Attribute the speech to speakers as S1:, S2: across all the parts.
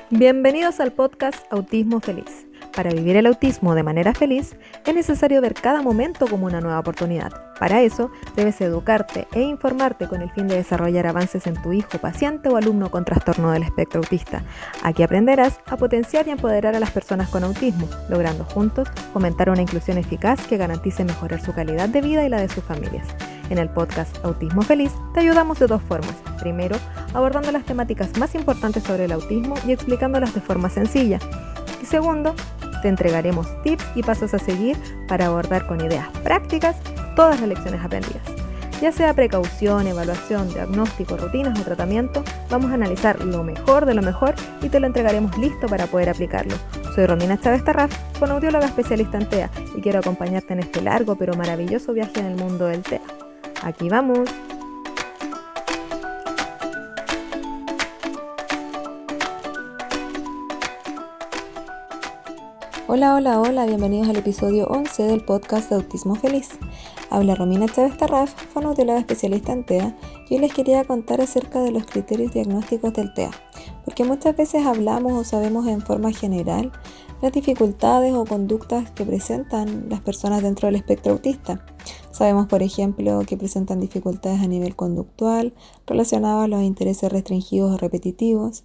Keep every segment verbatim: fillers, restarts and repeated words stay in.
S1: Bienvenidos al podcast Autismo Feliz. Para vivir el autismo de manera feliz, es necesario ver cada momento como una nueva oportunidad. Para eso, debes educarte e informarte con el fin de desarrollar avances en tu hijo, paciente o alumno con trastorno del espectro autista. Aquí aprenderás a potenciar y empoderar a las personas con autismo, logrando juntos fomentar una inclusión eficaz que garantice mejorar su calidad de vida y la de sus familias. En el podcast Autismo Feliz te ayudamos de dos formas. Primero, abordando las temáticas más importantes sobre el autismo y explicándolas de forma sencilla. Y segundo, te entregaremos tips y pasos a seguir para abordar con ideas prácticas todas las lecciones aprendidas. Ya sea precaución, evaluación, diagnóstico, rutinas o tratamiento, vamos a analizar lo mejor de lo mejor y te lo entregaremos listo para poder aplicarlo. Soy Romina Chávez Tarraf, fonoaudióloga especialista en T E A y quiero acompañarte en este largo pero maravilloso viaje en el mundo del T E A. ¡Aquí vamos! Hola, hola, hola, bienvenidos al episodio once del podcast de Autismo Feliz. Habla Romina Chávez Tarraf, fonoaudióloga especialista en T E A, y hoy les quería contar acerca de los criterios diagnósticos del T E A, porque muchas veces hablamos o sabemos en forma general las dificultades o conductas que presentan las personas dentro del espectro autista. Sabemos, por ejemplo, que presentan dificultades a nivel conductual relacionadas a los intereses restringidos o repetitivos,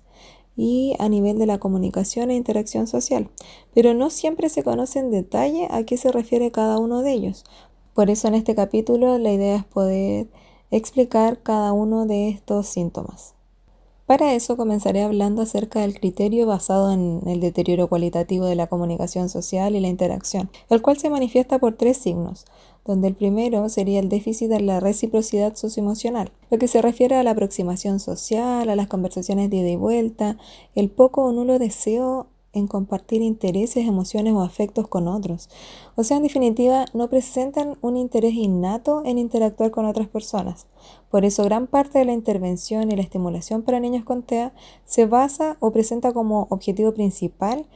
S1: y a nivel de la comunicación e interacción social, pero no siempre se conoce en detalle a qué se refiere cada uno de ellos. Por eso en este capítulo la idea es poder explicar cada uno de estos síntomas. Para eso comenzaré hablando acerca del criterio basado en el deterioro cualitativo de la comunicación social y la interacción, el cual se manifiesta por tres signos, donde el primero sería el déficit en la reciprocidad socioemocional, lo que se refiere a la aproximación social, a las conversaciones de ida y vuelta, el poco o nulo deseo en compartir intereses, emociones o afectos con otros. O sea, en definitiva, no presentan un interés innato en interactuar con otras personas. Por eso, gran parte de la intervención y la estimulación para niños con T E A se basa o presenta como objetivo principal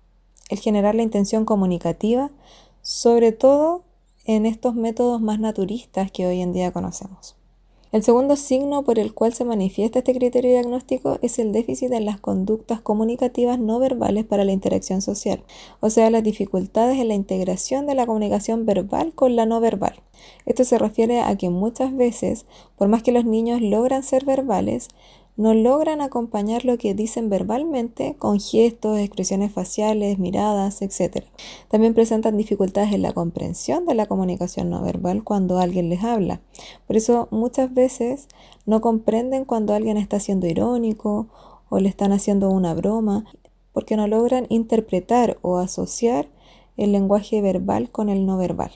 S1: el generar la intención comunicativa, sobre todo en estos métodos más naturistas que hoy en día conocemos. El segundo signo por el cual se manifiesta este criterio diagnóstico es el déficit en las conductas comunicativas no verbales para la interacción social, o sea, las dificultades en la integración de la comunicación verbal con la no verbal. Esto se refiere a que muchas veces, por más que los niños logran ser verbales, no logran acompañar lo que dicen verbalmente con gestos, expresiones faciales, miradas, etcétera. También presentan dificultades en la comprensión de la comunicación no verbal cuando alguien les habla. Por eso muchas veces no comprenden cuando alguien está siendo irónico o le están haciendo una broma, porque no logran interpretar o asociar el lenguaje verbal con el no verbal.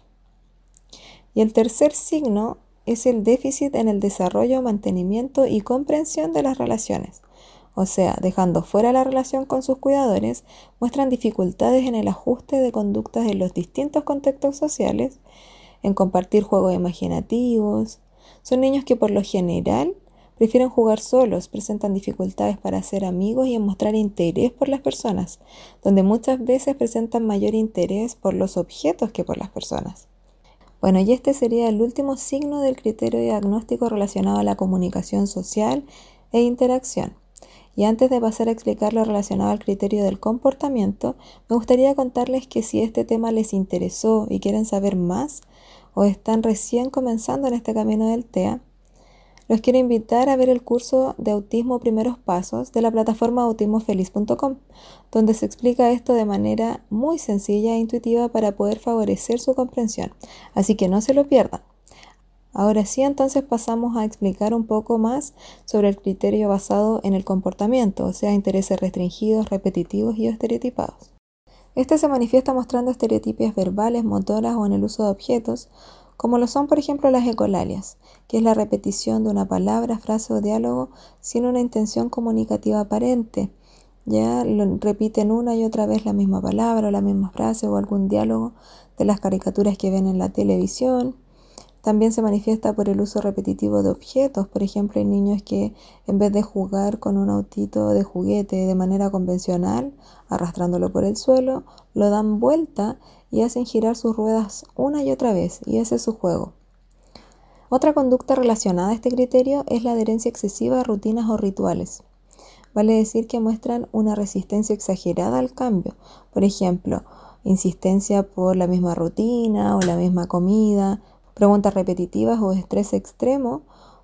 S1: Y el tercer signo es el déficit en el desarrollo, mantenimiento y comprensión de las relaciones. O sea, dejando fuera la relación con sus cuidadores, muestran dificultades en el ajuste de conductas en los distintos contextos sociales, en compartir juegos imaginativos. Son niños que por lo general prefieren jugar solos, presentan dificultades para ser amigos y en mostrar interés por las personas, donde muchas veces presentan mayor interés por los objetos que por las personas. Bueno, y este sería el último signo del criterio diagnóstico relacionado a la comunicación social e interacción. Y antes de pasar a explicar lo relacionado al criterio del comportamiento, me gustaría contarles que si este tema les interesó y quieren saber más, o están recién comenzando en este camino del T E A, los quiero invitar a ver el curso de Autismo Primeros Pasos de la plataforma autismo feliz punto com, donde se explica esto de manera muy sencilla e intuitiva para poder favorecer su comprensión. Así que no se lo pierdan. Ahora sí, entonces pasamos a explicar un poco más sobre el criterio basado en el comportamiento, o sea, intereses restringidos, repetitivos y estereotipados. Este se manifiesta mostrando estereotipias verbales, motoras o en el uso de objetos, como lo son, por ejemplo, las ecolalias, que es la repetición de una palabra, frase o diálogo sin una intención comunicativa aparente. Ya lo repiten una y otra vez la misma palabra o la misma frase o algún diálogo de las caricaturas que ven en la televisión. También se manifiesta por el uso repetitivo de objetos. Por ejemplo, hay niños que en vez de jugar con un autito de juguete de manera convencional, arrastrándolo por el suelo, lo dan vuelta y hacen girar sus ruedas una y otra vez, y ese es su juego. Otra conducta relacionada a este criterio es la adherencia excesiva a rutinas o rituales. Vale decir que muestran una resistencia exagerada al cambio. Por ejemplo, insistencia por la misma rutina o la misma comida, preguntas repetitivas o estrés extremo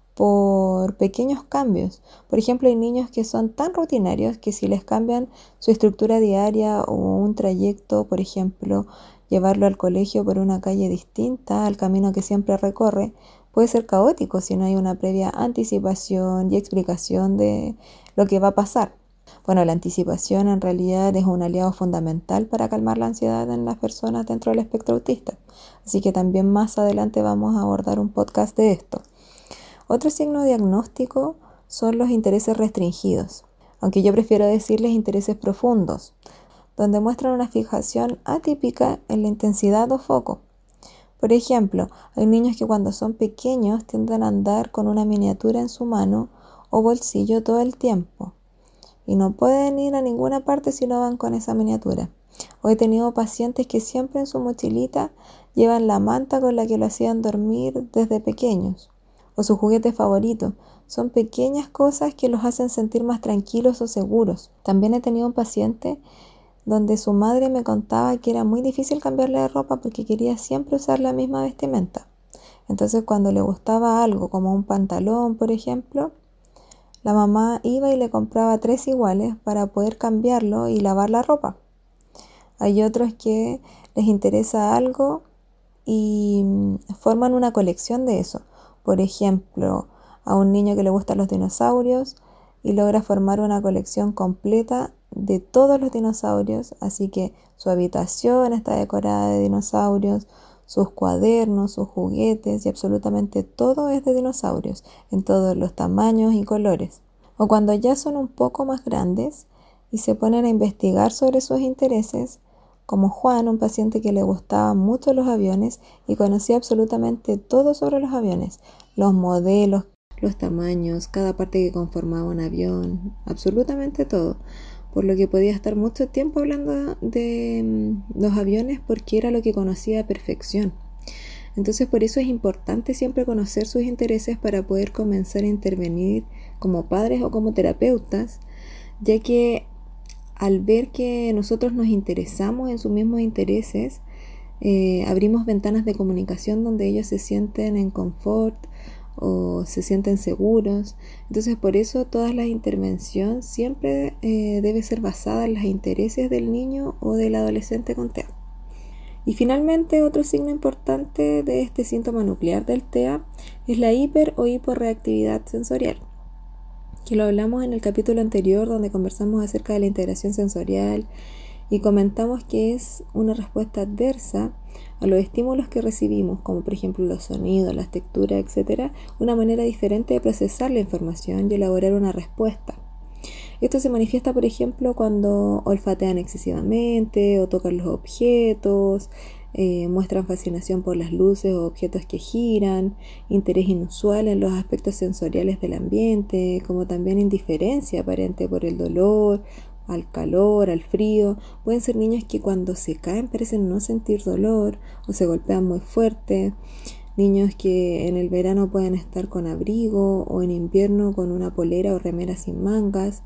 S1: por pequeños cambios. Por ejemplo, hay niños que son tan rutinarios que si les cambian su estructura diaria o un trayecto, por ejemplo, llevarlo al colegio por una calle distinta al camino que siempre recorre, puede ser caótico si no hay una previa anticipación y explicación de lo que va a pasar. Bueno, la anticipación en realidad es un aliado fundamental para calmar la ansiedad en las personas dentro del espectro autista. Así que también más adelante vamos a abordar un podcast de esto. Otro signo diagnóstico son los intereses restringidos, aunque yo prefiero decirles intereses profundos, donde muestran una fijación atípica en la intensidad o foco. Por ejemplo, hay niños que cuando son pequeños tienden a andar con una miniatura en su mano o bolsillo todo el tiempo y no pueden ir a ninguna parte si no van con esa miniatura. O he tenido pacientes que siempre en su mochilita llevan la manta con la que lo hacían dormir desde pequeños o su juguete favorito. Son pequeñas cosas que los hacen sentir más tranquilos o seguros. También he tenido un paciente donde su madre me contaba que era muy difícil cambiarle de ropa porque quería siempre usar la misma vestimenta. Entonces cuando le gustaba algo, como un pantalón, por ejemplo, la mamá iba y le compraba tres iguales para poder cambiarlo y lavar la ropa. Hay otros que les interesa algo y forman una colección de eso. Por ejemplo, a un niño que le gustan los dinosaurios y logra formar una colección completa de todos los dinosaurios, así que su habitación está decorada de dinosaurios, sus cuadernos, sus juguetes y absolutamente todo es de dinosaurios, en todos los tamaños y colores. O cuando ya son un poco más grandes y se ponen a investigar sobre sus intereses, como Juan, un paciente que le gustaban mucho los aviones y conocía absolutamente todo sobre los aviones, los modelos, los tamaños, cada parte que conformaba un avión, absolutamente todo. Por lo que podía estar mucho tiempo hablando de los aviones porque era lo que conocía a perfección. Entonces por eso es importante siempre conocer sus intereses para poder comenzar a intervenir como padres o como terapeutas, ya que al ver que nosotros nos interesamos en sus mismos intereses, eh, abrimos ventanas de comunicación donde ellos se sienten en confort o se sienten seguros. Entonces por eso toda la intervención siempre eh, debe ser basada en los intereses del niño o del adolescente con T E A. Y finalmente otro signo importante de este síntoma nuclear del T E A es la hiper o hiporreactividad sensorial, que lo hablamos en el capítulo anterior donde conversamos acerca de la integración sensorial y comentamos que es una respuesta adversa a los estímulos que recibimos, como por ejemplo los sonidos, las texturas, etcétera, una manera diferente de procesar la información y elaborar una respuesta. Esto se manifiesta, por ejemplo, cuando olfatean excesivamente o tocan los objetos, eh, muestran fascinación por las luces o objetos que giran, interés inusual en los aspectos sensoriales del ambiente, como también indiferencia aparente por el dolor, al calor, al frío. Pueden ser niños que cuando se caen parecen no sentir dolor o se golpean muy fuerte. Niños que en el verano pueden estar con abrigo o en invierno con una polera o remera sin mangas.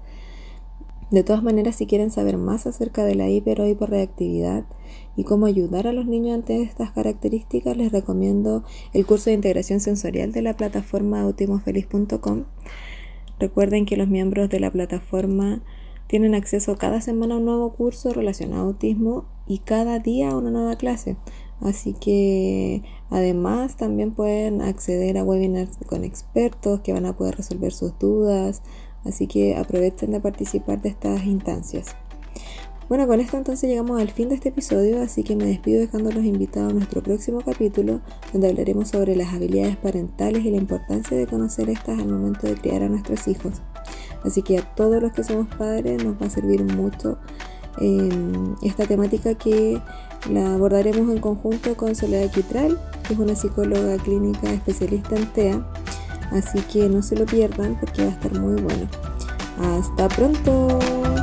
S1: De todas maneras, si quieren saber más acerca de la hiper o hiporreactividad y cómo ayudar a los niños ante estas características, les recomiendo el curso de integración sensorial de la plataforma autismo feliz punto com. Recuerden que los miembros de la plataforma tienen acceso cada semana a un nuevo curso relacionado a autismo y cada día a una nueva clase. Así que además también pueden acceder a webinars con expertos que van a poder resolver sus dudas. Así que aprovechen de participar de estas instancias. Bueno, con esto entonces llegamos al fin de este episodio, así que me despido dejándolos invitados a nuestro próximo capítulo, donde hablaremos sobre las habilidades parentales y la importancia de conocer estas al momento de criar a nuestros hijos. Así que a todos los que somos padres nos va a servir mucho eh, esta temática, que la abordaremos en conjunto con Soledad Quitral, que es una psicóloga clínica especialista en T E A. Así que no se lo pierdan porque va a estar muy bueno. ¡Hasta pronto!